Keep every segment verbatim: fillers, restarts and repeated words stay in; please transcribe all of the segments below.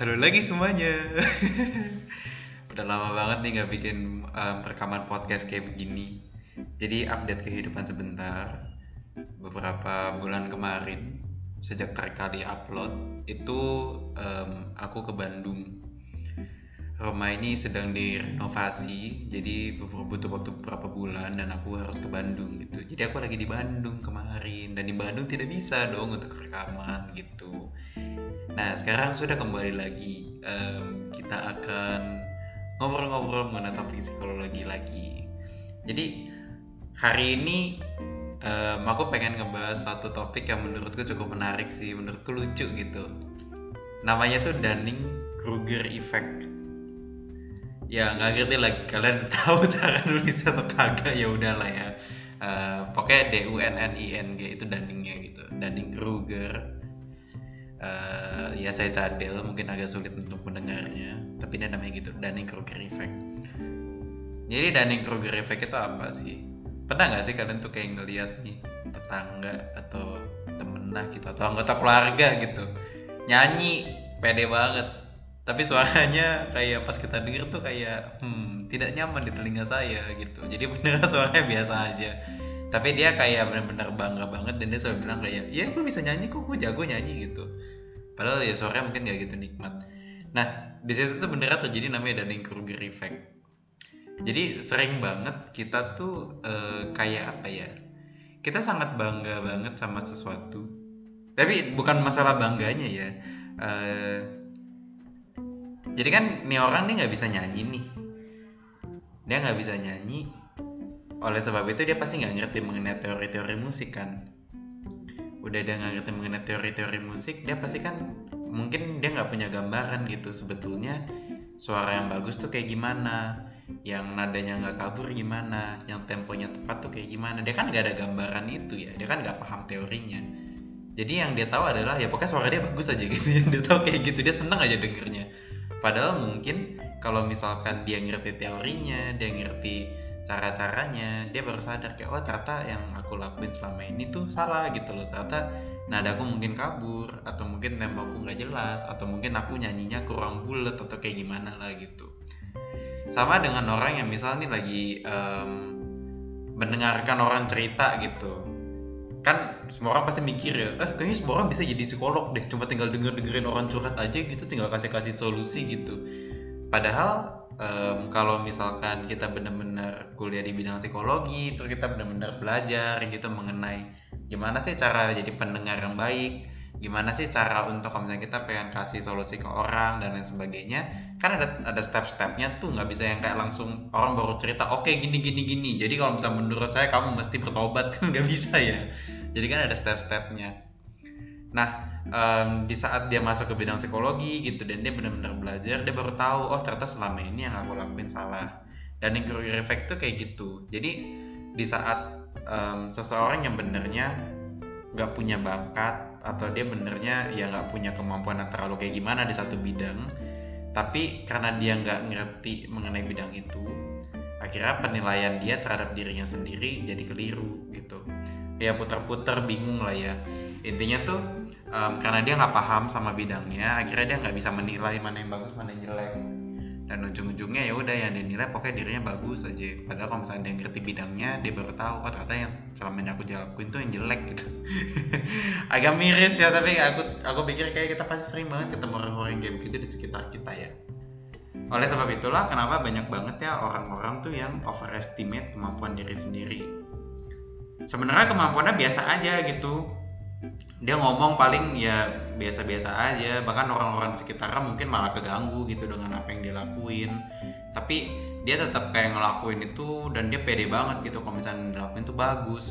Halo lagi semuanya. Udah lama banget nih gak bikin um, rekaman podcast kayak begini. Jadi update kehidupan sebentar. Beberapa bulan kemarin, sejak terakhir kali upload, itu um, aku ke Bandung. Rumah ini sedang direnovasi, jadi butuh waktu beberapa bulan dan aku harus ke Bandung gitu. Jadi aku lagi di Bandung kemarin, dan di Bandung tidak bisa dong untuk rekaman gitu. Nah, sekarang sudah kembali lagi. Um, kita akan ngobrol-ngobrol mengenai topik psikologi lagi. Jadi, hari ini um, aku pengen ngebahas satu topik yang menurutku cukup menarik sih, menurutku lucu gitu. Namanya tuh Dunning-Kruger Effect. Ya, nggak ngerti lagi kalian tahu cara nulisnya atau kagak, ya udahlah ya. Uh, pokoknya D U N N I N G itu Dunning-nya gitu. Dunning-Kruger. Uh, ya saya cadel, mungkin agak sulit untuk mendengarnya, tapi ini namanya gitu, Dunning-Kruger Effect. Jadi Dunning-Kruger Effect itu apa sih? Pernah nggak sih kalian tuh kayak ngeliat nih tetangga atau temen lah gitu, atau anggota keluarga gitu nyanyi pede banget, tapi suaranya kayak pas kita denger tuh kayak hmm tidak nyaman di telinga saya gitu. Jadi beneran suaranya biasa aja, tapi dia kayak benar-benar bangga banget dan dia selalu bilang kayak, ya gue bisa nyanyi kok, gue jago nyanyi gitu. Padahal ya suaranya mungkin gak gitu nikmat. Nah, di situ tuh beneran terjadi namanya Dunning-Kruger Effect. Jadi sering banget kita tuh uh, kayak apa ya? Kita sangat bangga banget sama sesuatu. Tapi bukan masalah bangganya ya. Uh, jadi kan nih orang nih nggak bisa nyanyi nih. Dia nggak bisa nyanyi. Oleh sebab itu dia pasti nggak ngerti mengenai teori-teori musik kan. Udah dia nggak ngerti mengenai teori-teori musik, dia pasti kan mungkin dia nggak punya gambaran gitu sebetulnya suara yang bagus tuh kayak gimana, yang nadanya nggak kabur gimana, yang temponya tepat tuh kayak gimana. Dia kan nggak ada gambaran itu ya, dia kan nggak paham teorinya. Jadi yang dia tahu adalah ya pokoknya suara dia bagus aja gitu. Yang dia tahu kayak gitu, dia seneng aja dengernya. Padahal mungkin kalau misalkan dia ngerti teorinya, dia ngerti cara-caranya, dia baru sadar kayak oh ternyata yang aku lakuin selama ini tuh salah gitu loh. Ternyata nadaku mungkin kabur, atau mungkin tempoku nggak jelas, atau mungkin aku nyanyinya kurang bulat atau kayak gimana lah gitu. Sama dengan orang yang misalnya nih lagi um, mendengarkan orang cerita gitu, kan semua orang pasti mikir ya, eh kayaknya semua orang bisa jadi psikolog deh, cuma tinggal denger-dengerin orang curhat aja gitu, tinggal kasih-kasih solusi gitu. Padahal Um, kalau misalkan kita benar-benar kuliah di bidang psikologi, terus kita benar-benar belajar gitu mengenai gimana sih cara jadi pendengar yang baik, gimana sih cara untuk kalau misalnya kita pengen kasih solusi ke orang dan lain sebagainya, kan ada ada step-stepnya tuh, nggak bisa yang kayak langsung orang baru cerita oke okay, gini gini gini jadi kalau misalnya menurut saya kamu mesti bertobat, kan nggak bisa ya. Jadi kan ada step-stepnya. Nah, um, di saat dia masuk ke bidang psikologi gitu dan dia benar-benar belajar, dia baru tahu oh ternyata selama ini yang aku lakuin salah. Dan Dunning-Kruger Effect tuh kayak gitu. Jadi di saat um, seseorang yang benernya nggak punya bakat, atau dia benernya ya nggak punya kemampuan yang terlalu kayak gimana di satu bidang, tapi karena dia nggak ngerti mengenai bidang itu, akhirnya penilaian dia terhadap dirinya sendiri jadi keliru gitu. Ya putar-putar bingung lah ya. Intinya tuh um, karena dia nggak paham sama bidangnya, akhirnya dia nggak bisa menilai mana yang bagus mana yang jelek, dan ujung-ujungnya ya udah yang dinilai pokoknya dirinya bagus aja. Padahal kalau misalnya dia ngerti bidangnya, dia baru tahu oh ternyata yang selama ini aku lakuin tuh yang jelek gitu. Agak miris ya, tapi aku aku pikir kayak kita pasti sering banget ketemu orang-orang kayak begitu di sekitar kita ya. Oleh sebab itulah kenapa banyak banget ya orang-orang tuh yang overestimate kemampuan diri sendiri. Sebenarnya kemampuannya biasa aja gitu. Dia ngomong paling ya biasa-biasa aja, bahkan orang-orang sekitarnya mungkin malah keganggu gitu dengan apa yang dia lakuin. Tapi dia tetap kayak ngelakuin itu dan dia pede banget gitu kalau misalnya dilakuin itu bagus.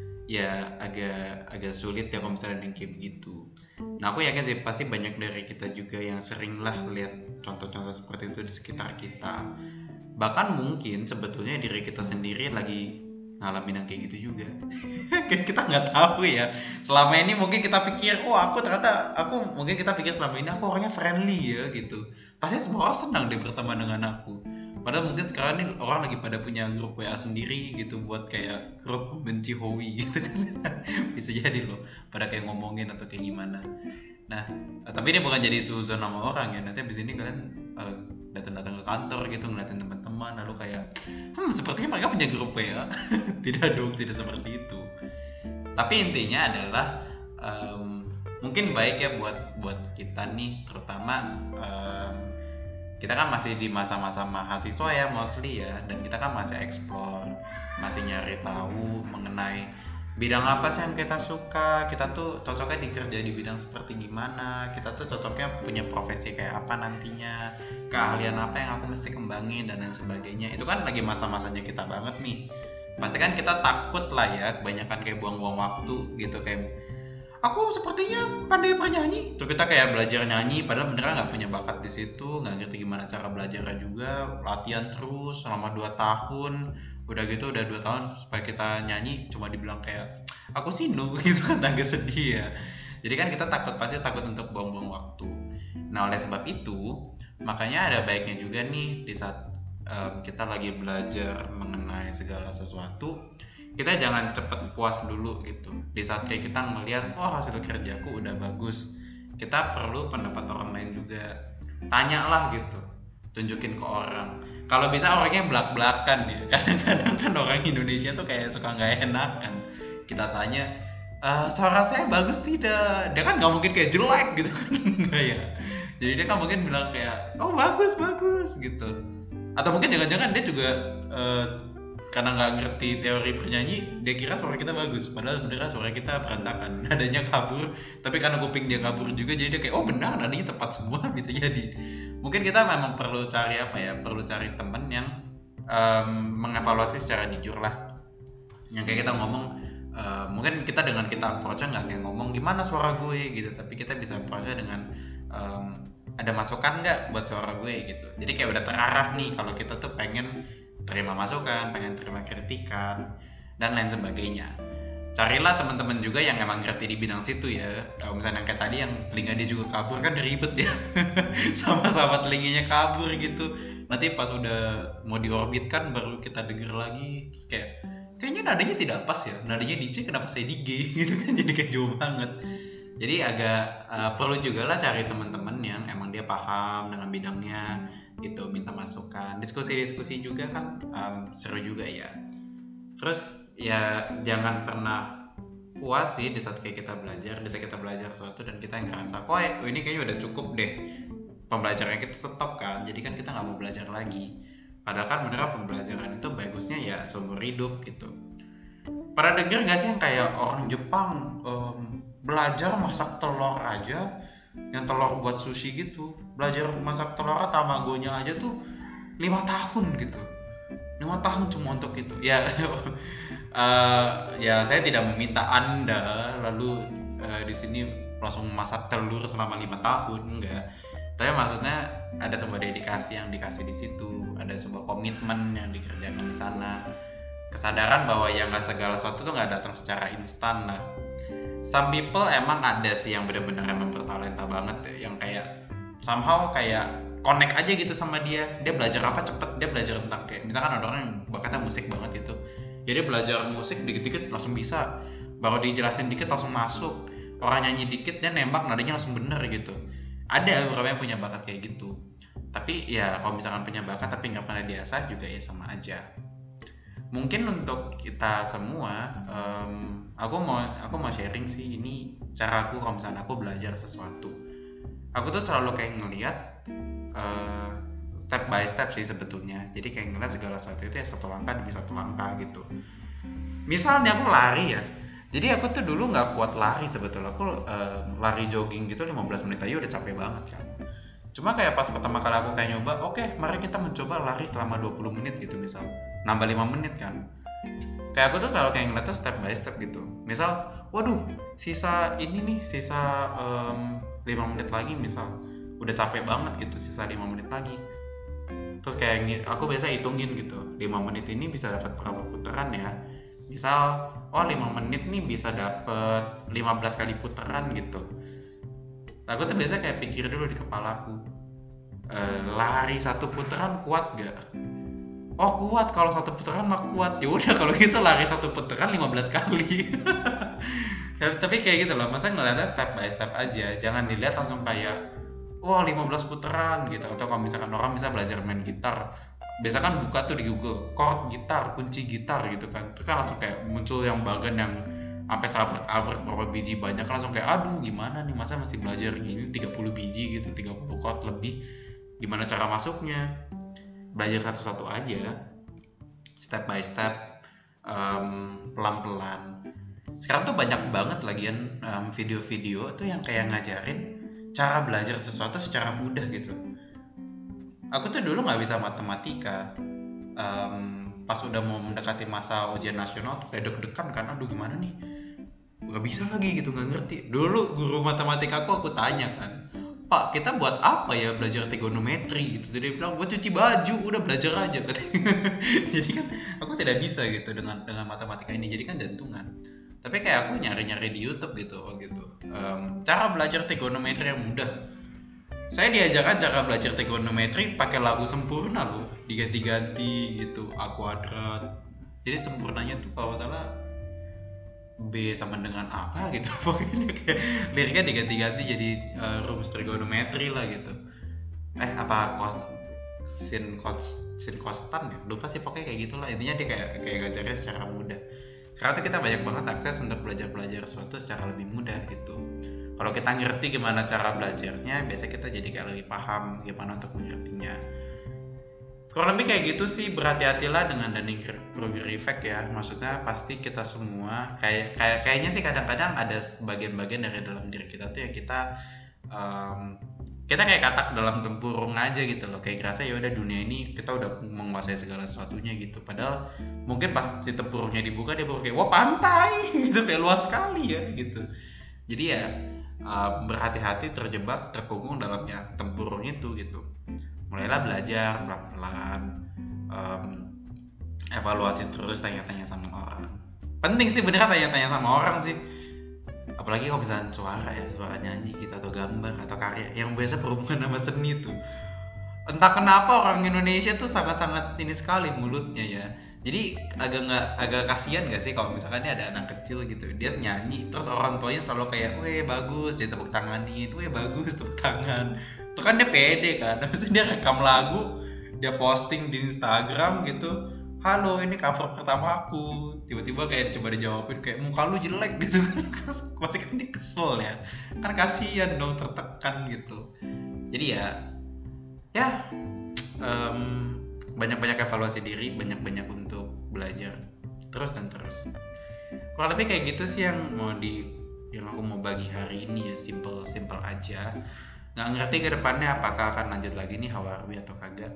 Ya agak agak sulit ya kalau misalnya yang kayak begitu. Nah aku yakin sih pasti banyak dari kita juga yang sering lah lihat contoh-contoh seperti itu di sekitar kita. Bahkan mungkin sebetulnya diri kita sendiri lagi ngalamin yang kayak gitu juga. Kita nggak tahu ya. Selama ini mungkin kita pikir, oh aku ternyata aku mungkin kita pikir selama ini aku orangnya friendly ya gitu. Pasti semua orang senang deh berteman dengan aku. Padahal mungkin sekarang nih orang lagi pada punya grup W A sendiri gitu buat kayak grup pembenci Howie gitu kan. Bisa jadi loh pada kayak ngomongin atau kayak gimana. Nah, tapi ini bukan jadi suzon sama orang ya. Nanti abis ini kalian uh, datang-datang ke kantor gitu ngeliatin teman-teman lalu kayak hmm sepertinya mereka punya grup W A. Tidak dong, tidak seperti itu. Tapi intinya adalah um, mungkin baik ya buat buat kita nih, terutama um, kita kan masih di masa-masa mahasiswa ya mostly ya, dan kita kan masih explore, masih nyari tahu mengenai bidang apa sih yang kita suka, kita tuh cocoknya dikerja di bidang seperti gimana, kita tuh cocoknya punya profesi kayak apa nantinya, keahlian apa yang aku mesti kembangin dan lain sebagainya. Itu kan lagi masa-masanya kita banget nih. Pasti kan kita takut lah ya, kebanyakan kayak buang-buang waktu gitu, kayak aku sepertinya pandai bernyanyi, terus kita kayak belajar nyanyi padahal beneran nggak punya bakat di situ, nggak ngerti gimana cara belajarnya juga, latihan terus selama dua tahun, udah gitu udah dua tahun supaya kita nyanyi cuma dibilang kayak aku sinu gitu kan, agak sedih ya. Jadi kan kita takut, pasti takut untuk buang-buang waktu. Nah oleh sebab itu makanya ada baiknya juga nih di saat um, kita lagi belajar mengenai segala sesuatu, kita jangan cepet puas dulu gitu. Di saat kayak kita ngelihat oh hasil kerjaku udah bagus, kita perlu pendapat orang lain juga. Tanyalah gitu, tunjukin ke orang. Kalau bisa orangnya belak-belakan ya. Kadang-kadang kan orang Indonesia tuh kayak suka nggak enakan. Kita tanya, e, suara saya bagus tidak? Dia kan nggak mungkin kayak jelek gitu kan, enggak ya. Jadi dia kan mungkin bilang kayak oh bagus bagus gitu. Atau mungkin jangan-jangan dia juga uh, karena nggak ngerti teori bernyanyi, dia kira suara kita bagus, padahal beneran suara kita berantakan, nadanya kabur. Tapi karena kuping dia kabur juga, jadi dia kayak oh benar nadanya tepat semua. Bisa jadi. Mungkin kita memang perlu cari apa ya, perlu cari teman yang um, mengevaluasi secara jujur lah. Yang kayak kita ngomong, uh, mungkin kita dengan kita approach-nya nggak kayak ngomong gimana suara gue gitu, tapi kita bisa approach-nya dengan um, ada masukan nggak buat suara gue gitu. Jadi kayak udah terarah nih kalau kita tuh pengen terima masukan, pengen terima kritikan, dan lain sebagainya. Carilah teman-teman juga yang emang ngerti di bidang situ ya. Kalau misalnya kayak tadi yang telinga dia juga kabur kan ribet ya. Sama-sama telinganya kabur gitu. Nanti pas udah mau diorbitkan baru kita denger lagi. Terus kayak, kayaknya nadanya tidak pas ya. Nadanya di C kenapa saya di G gitu kan. Jadi kayak jauh banget. Jadi agak uh, perlu juga lah cari teman-teman yang emang dia paham dengan bidangnya gitu, minta masukan, diskusi-diskusi juga kan um, seru juga ya. Terus ya jangan pernah puas sih di saat kayak kita belajar, di saat kita belajar sesuatu dan kita ngerasa kok oh, ini kayaknya udah cukup deh, pembelajaran kita stop kan, jadi kan kita nggak mau belajar lagi. Padahal kan beneran pembelajaran itu bagusnya ya seumur hidup gitu. Pernah denger nggak sih yang kayak orang Jepang um, belajar masak telur aja, yang telur buat sushi gitu, belajar masak telur tamagonya aja tuh lima tahun gitu, lima tahun cuma untuk itu ya. uh, ya saya tidak meminta anda lalu uh, di sini langsung masak telur selama lima tahun, enggak. Tapi maksudnya ada sebuah dedikasi yang dikasih di situ, ada sebuah komitmen yang dikerjakan di sana, kesadaran bahwa yang nggak segala sesuatu tuh nggak datang secara instan lah. Some people emang ada sih yang benar-benar emang bertalenta banget ya, yang kayak somehow kayak connect aja gitu sama dia. Dia belajar apa cepet, dia belajar tentang kayak misalkan ada orang yang bakatnya musik banget gitu, jadi belajar musik dikit-dikit langsung bisa, baru dijelasin dikit langsung masuk. Orang nyanyi dikit dia nembak nadanya langsung bener gitu. Ada beberapa yang punya bakat kayak gitu. Tapi ya kalau misalkan punya bakat tapi nggak pernah diasah juga ya sama aja. Mungkin untuk kita semua, um, aku mau aku mau sharing sih, ini cara aku kalau misalnya aku belajar sesuatu. Aku tuh selalu kayak ngelihat uh, step by step sih sebetulnya. Jadi kayak ngelihat segala sesuatu itu ya satu langkah demi satu langkah gitu. Misalnya aku lari ya. Jadi aku tuh dulu nggak kuat lari sebetulnya. Aku uh, lari jogging gitu lima belas menit aja udah capek banget kan. Cuma kayak pas pertama kali aku kayak nyoba, oke okay, mari kita mencoba lari selama dua puluh menit gitu misal. Nambah lima menit kan. Kayak aku tuh selalu kayak ngeliatnya step by step gitu. Misal, waduh sisa ini nih, sisa um, lima menit lagi misal. Udah capek banget gitu, sisa lima menit lagi. Terus kayak aku biasa hitungin gitu, lima menit ini bisa dapat berapa putaran ya. Misal, oh lima menit nih bisa dapat lima belas kali putaran gitu. Aku tuh biasa kayak pikir dulu di kepalaku, e, lari satu putaran kuat gak? oh kuat, kalau satu putaran mah kuat. Ya udah kalau gitu lari satu putaran lima belas kali. Ya, tapi kayak gitu loh, masa ngeliatnya step by step aja, jangan dilihat langsung kayak wah lima belas putaran gitu. Atau kalau misalkan orang bisa belajar main gitar, biasa kan buka tuh di Google chord gitar, kunci gitar gitu kan, itu kan langsung kayak muncul yang bagian yang sampai sabrek-abrek berapa biji banyak, langsung kayak aduh gimana nih, masa mesti belajar gini tiga puluh biji gitu, tiga puluh chord lebih, gimana cara masuknya. Belajar satu-satu aja, step by step, um, pelan-pelan. Sekarang tuh banyak banget lagian um, video-video tuh yang kayak ngajarin cara belajar sesuatu secara mudah gitu. Aku tuh dulu nggak bisa matematika, um, pas udah mau mendekati masa ujian nasional tuh kayak deg-degan kan, aduh gimana nih, nggak bisa lagi gitu, nggak ngerti. Dulu guru matematika aku aku tanya kan, Pak kita buat apa ya belajar trigonometri gitu, dia bilang buat cuci baju, udah belajar aja katanya. Jadi kan aku tidak bisa gitu dengan dengan matematika ini, jadi kan jantungan. Tapi kayak aku nyari-nyari di YouTube gitu gitu um, cara belajar trigonometri yang mudah. Saya diajarkan cara belajar trigonometri pakai lagu sempurna loh, diganti-ganti gitu, A kuadrat. Jadi sempurnanya tuh kalau salah B sama dengan apa gitu. Pokoknya kayak liriknya diganti-ganti jadi uh, rumus trigonometri lah gitu. Eh apa cos sin cos sin kostan ya, lupa sih, pokoknya kayak gitulah. Intinya dia kayak kayak ngajarnya secara mudah. Sekarang tuh kita banyak banget akses untuk belajar-belajar sesuatu secara lebih mudah gitu. Kalau kita ngerti gimana cara belajarnya, biasanya kita jadi kayak lebih paham gimana untuk mengertinya. Kurang lebih kayak gitu sih, berhati-hatilah dengan Dunning-Kruger effect ya. Maksudnya pasti kita semua kayak kayak kayaknya sih kadang-kadang ada bagian-bagian dari dalam diri kita tuh yang kita um, kita kayak katak dalam tempurung aja gitu loh, kayak ngerasa ya udah dunia ini kita udah menguasai segala sesuatunya gitu. Padahal mungkin pas si tempurungnya dibuka dia baru kayak wah pantai gitu, kayak luas sekali ya gitu. Jadi ya uh, berhati-hati terjebak terkungkung dalamnya tempurung itu gitu. Mulailah belajar pelan-pelan, um, evaluasi terus, tanya-tanya sama orang. Penting sih beneran tanya-tanya sama orang sih. Apalagi kalau misalnya suara ya, suara nyanyi gitu atau gambar atau karya yang biasa berhubungan sama seni tuh. Entah kenapa orang Indonesia tuh sangat-sangat ini sekali mulutnya ya. Jadi agak nggak agak kasihan gak sih kalau misalkan ini ada anak kecil gitu, dia nyanyi terus orang tuanya selalu kayak, weh bagus, dia tepuk tanganin, weh bagus, tepuk tangan. Itu kan dia pede kan, terus dia rekam lagu, dia posting di Instagram gitu. Halo, ini cover pertama aku. Tiba-tiba kayak coba dijawabin kayak muka lu jelek gitu kan. Pasti kan dia kesel ya. Kan kasihan dong, tertekan gitu. Jadi ya ya um, banyak-banyak evaluasi diri, banyak-banyak untuk belajar terus dan terus. Kurang lebih kayak gitu sih yang mau di yang aku mau bagi hari ini ya, simple simple aja. Nggak ngerti ke depannya apakah akan lanjut lagi nih Hawarwi atau kagak.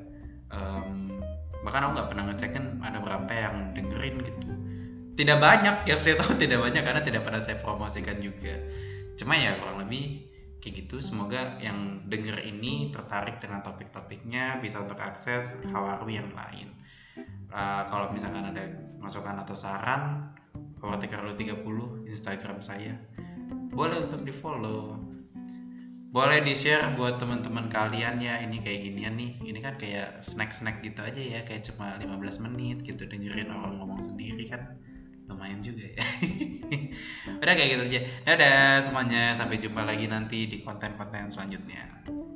Um, bahkan aku nggak pernah ngecekin ada berapa yang dengerin gitu. Tidak banyak, yang saya tahu tidak banyak karena tidak pernah saya promosikan juga. Cuma ya kurang lebih kayak gitu. Semoga yang denger ini tertarik dengan topik-topiknya, bisa untuk akses Hawarwi yang lain. Uh, kalau misalkan ada masukan atau saran, Hawartikarlu tiga puluh Instagram saya, boleh untuk di follow. Boleh di-share buat teman-teman kalian ya, ini kayak ginian nih. Ini kan kayak snack-snack gitu aja ya, kayak cuma lima belas menit gitu dengerin orang ngomong sendiri kan. Lumayan juga ya. Udah kayak gitu aja. Dadah semuanya, sampai jumpa lagi nanti di konten-konten selanjutnya.